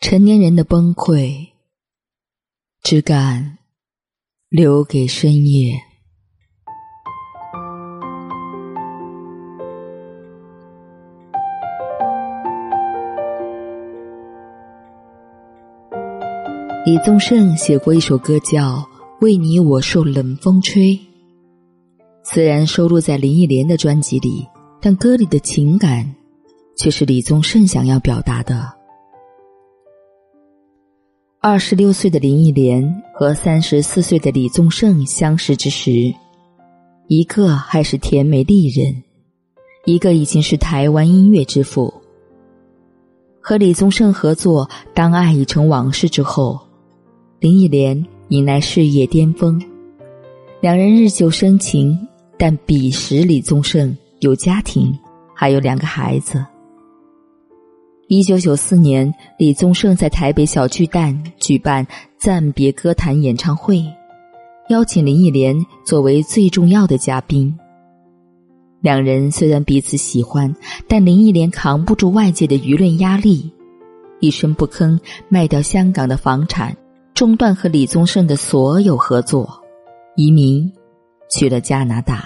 成年人的崩溃，只敢留给深夜。李宗盛写过一首歌叫《为你我受冷风吹》，虽然收录在林忆莲的专辑里，但歌里的情感却是李宗盛想要表达的。26岁的林忆莲和34岁的李宗盛相识之时，一个还是甜美丽人，一个已经是台湾音乐之父。和李宗盛合作《当爱已成往事》之后，林忆莲迎来事业巅峰，两人日久生情，但彼时李宗盛有家庭，还有2个孩子。1994年，李宗盛在台北小巨蛋举办暂别歌坛演唱会，邀请林忆莲作为最重要的嘉宾。两人虽然彼此喜欢，但林忆莲扛不住外界的舆论压力，一声不吭卖掉香港的房产，中断和李宗盛的所有合作，移民去了加拿大。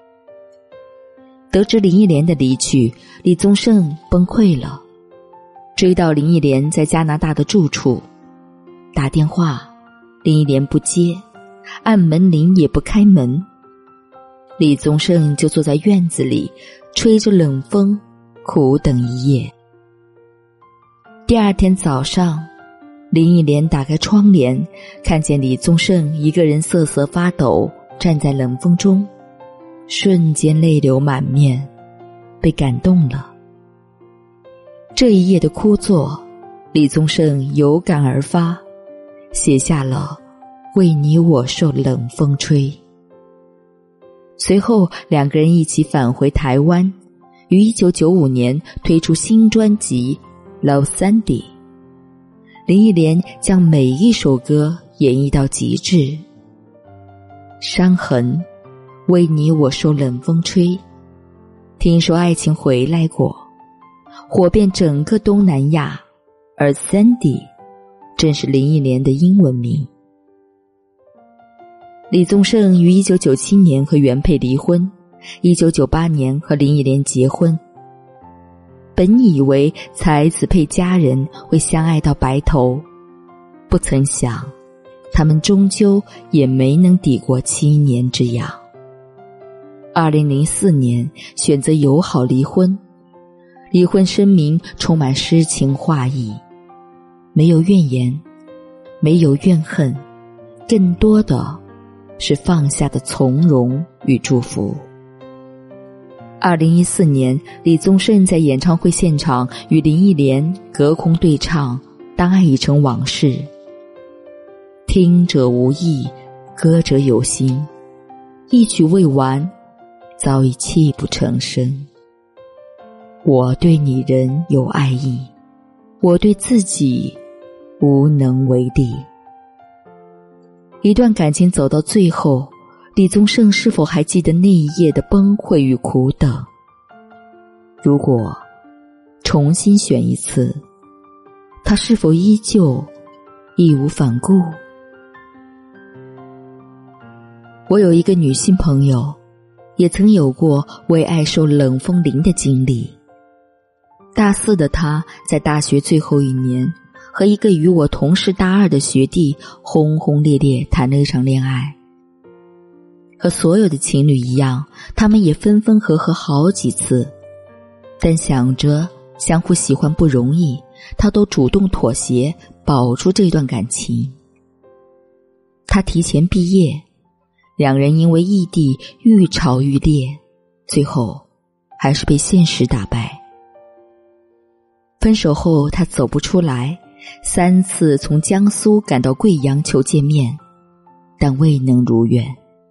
得知林忆莲的离去，李宗盛崩溃了，追到林忆莲在加拿大的住处，打电话，林忆莲不接，按门铃也不开门。李宗盛就坐在院子里，吹着冷风，苦等一夜。第二天早上，林忆莲打开窗帘，看见李宗盛一个人瑟瑟发抖站在冷风中，瞬间泪流满面，被感动了。这一夜的枯坐，李宗盛有感而发，写下了为你我受冷风吹。随后两个人一起返回台湾，于1995年推出新专辑《Love Sandy》。林忆莲将每一首歌演绎到极致。伤痕，为你我受冷风吹，听说爱情回来过，火遍整个东南亚，而 Sandy 正是林忆莲的英文名。李宗盛于1997年和原配离婚，1998年和林忆莲结婚。本以为才子配佳人会相爱到白头，不曾想他们终究也没能抵过7年之痒。2004年选择友好离婚，离婚声明充满诗情画意，没有怨言，没有怨恨，更多的是放下的从容与祝福。2014年，李宗盛在演唱会现场与林忆莲隔空对唱《当爱已成往事》，听者无意，歌者有心，一曲未完，早已泣不成声。我对你仍有爱意，我对自己无能为力。一段感情走到最后，李宗盛是否还记得那一夜的崩溃与苦等？如果重新选一次，他是否依旧义无反顾？我有一个女性朋友，也曾有过为爱受冷风淋的经历。大4的她在大学最后一年，和一个与我同是大2的学弟轰轰烈烈谈了一场恋爱。和所有的情侣一样，他们也分分合合好几次，但想着相互喜欢不容易，他都主动妥协，保住这段感情。他提前毕业，两人因为异地愈吵愈烈，最后还是被现实打败。分手后他走不出来，3次从江苏赶到贵阳求见面，但未能如愿。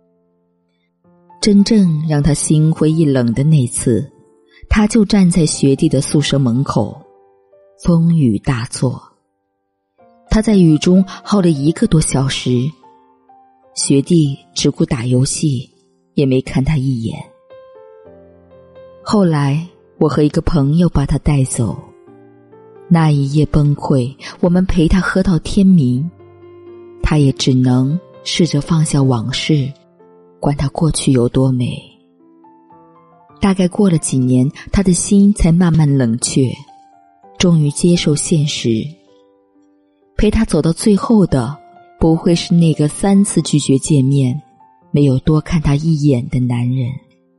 真正让他心灰意冷的那次，他就站在学弟的宿舍门口，风雨大作。他在雨中耗了1个多小时，学弟只顾打游戏，也没看他一眼。后来我和一个朋友把他带走， 那一夜崩溃，我们陪他喝到天明，他也只能试着放下往事，管他过去有多美。大概过了几年，他的心才慢慢冷却，终于接受现实。陪他走到最后的，不会是那个3次拒绝见面，没有多看他一眼的男人。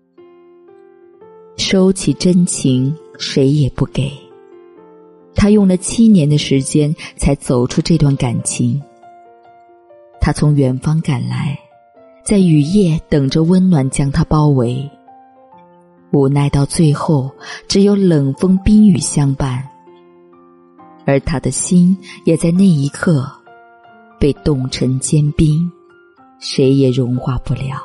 收起真情，谁也不给。他用了7年的时间才走出这段感情。他从远方赶来，在雨夜等着温暖将他包围，无奈到最后只有冷风冰雨相伴，而他的心也在那一刻被冻成坚冰，谁也融化不了。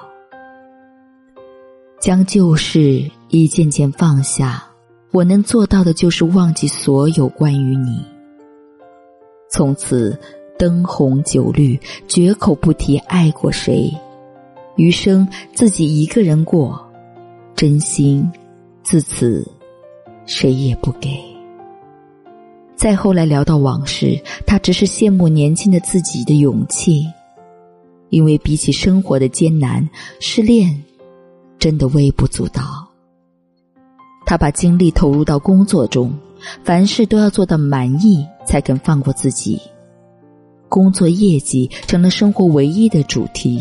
将旧事一件件放下，我能做到的就是忘记所有关于你。从此灯红酒绿，绝口不提爱过谁，余生自己一个人过，真心自此谁也不给。再后来聊到往事，他只是羡慕年轻的自己的勇气，因为比起生活的艰难，失恋真的微不足道。他把精力投入到工作中，凡事都要做到满意才肯放过自己，工作业绩成了生活唯一的主题。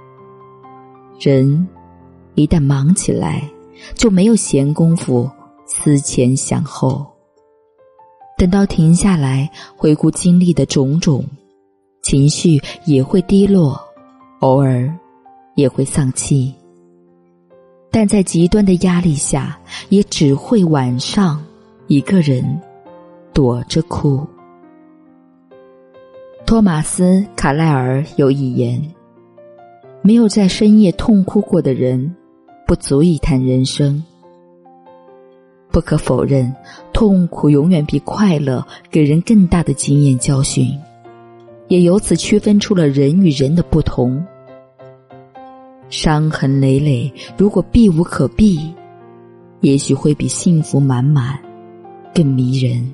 人一旦忙起来，就没有闲工夫思前想后，等到停下来回顾经历的种种，情绪也会低落，偶尔也会丧气，但在极端的压力下，也只会晚上一个人躲着哭。托马斯·卡莱尔有一言，没有在深夜痛哭过的人，不足以谈人生。不可否认，痛苦永远比快乐给人更大的经验教训，也由此区分出了人与人的不同。伤痕累累，如果避无可避，也许会比幸福满满更迷人。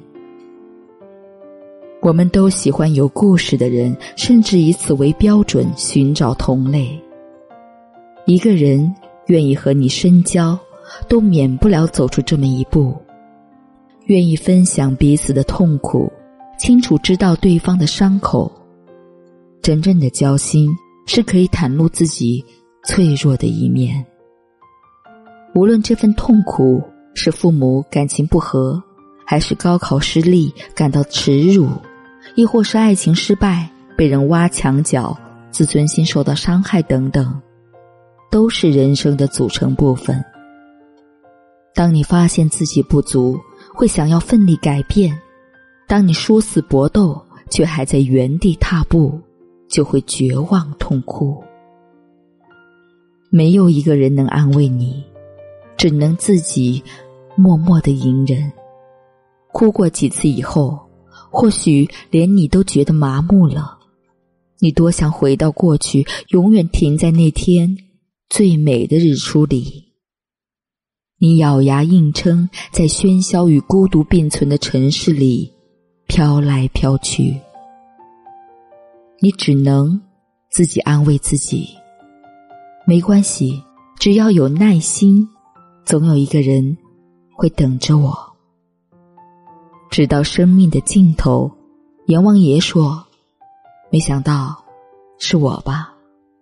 我们都喜欢有故事的人，甚至以此为标准寻找同类。一个人愿意和你深交，都免不了走出这么一步，愿意分享彼此的痛苦，清楚知道对方的伤口。真正的交心是可以袒露自己脆弱的一面。无论这份痛苦是父母感情不和，还是高考失利感到耻辱，亦或是爱情失败被人挖墙脚，自尊心受到伤害等等，都是人生的组成部分。当你发现自己不足，会想要奋力改变；当你殊死搏斗，却还在原地踏步，就会绝望痛哭。没有一个人能安慰你，只能自己默默地隐忍。哭过几次以后，或许连你都觉得麻木了。你多想回到过去，永远停在那天最美的日出里。你咬牙硬撑，在喧嚣与孤独并存的城市里飘来飘去。你只能自己安慰自己，没关系，只要有耐心，总有一个人会等着我。直到生命的尽头，阎王爷说，没想到是我吧。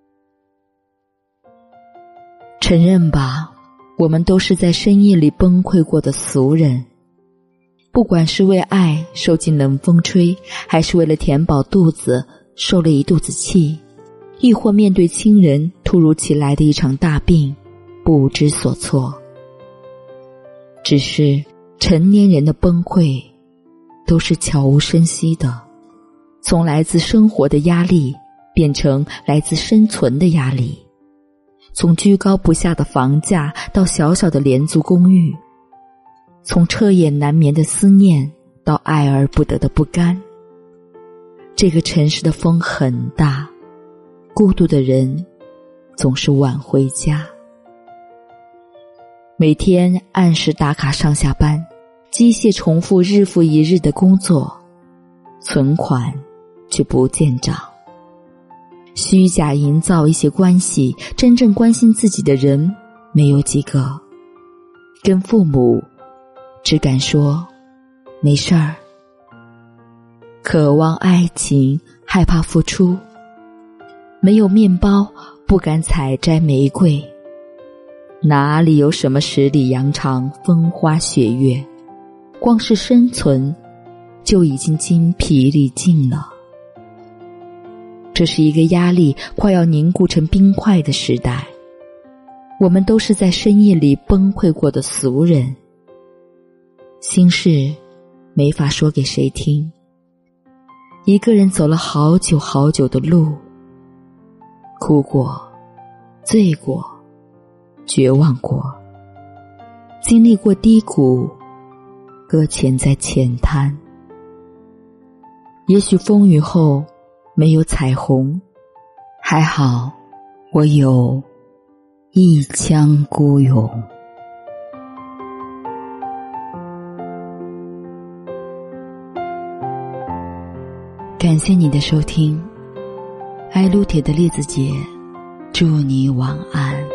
承认吧，我们都是在深夜里崩溃过的俗人，不管是为爱受尽冷风吹，还是为了填饱肚子受了一肚子气，亦或面对亲人突如其来的一场大病不知所措。只是成年人的崩溃都是悄无声息的，从来自生活的压力变成来自生存的压力，从居高不下的房价到小小的廉租公寓，从彻夜难眠的思念到爱而不得的不甘。这个城市的风很大，孤独的人总是晚回家。每天按时打卡上下班， 机械重复日复一日的工作，存款却不见涨。虚假营造一些关系，真正关心自己的人没有几个。跟父母只敢说没事儿，渴望爱情，害怕付出，没有面包，不敢采摘玫瑰，哪里有什么十里洋场风花雪月，光是生存就已经精疲力尽了。这是一个压力快要凝固成冰块的时代，我们都是在深夜里崩溃过的俗人，心事没法说给谁听，一个人走了好久好久的路，哭过，醉过，绝望过，经历过低谷，搁浅在浅滩。也许风雨后没有彩虹，还好我有一腔孤勇。感谢你的收听，爱撸铁的栗子姐，祝你晚安。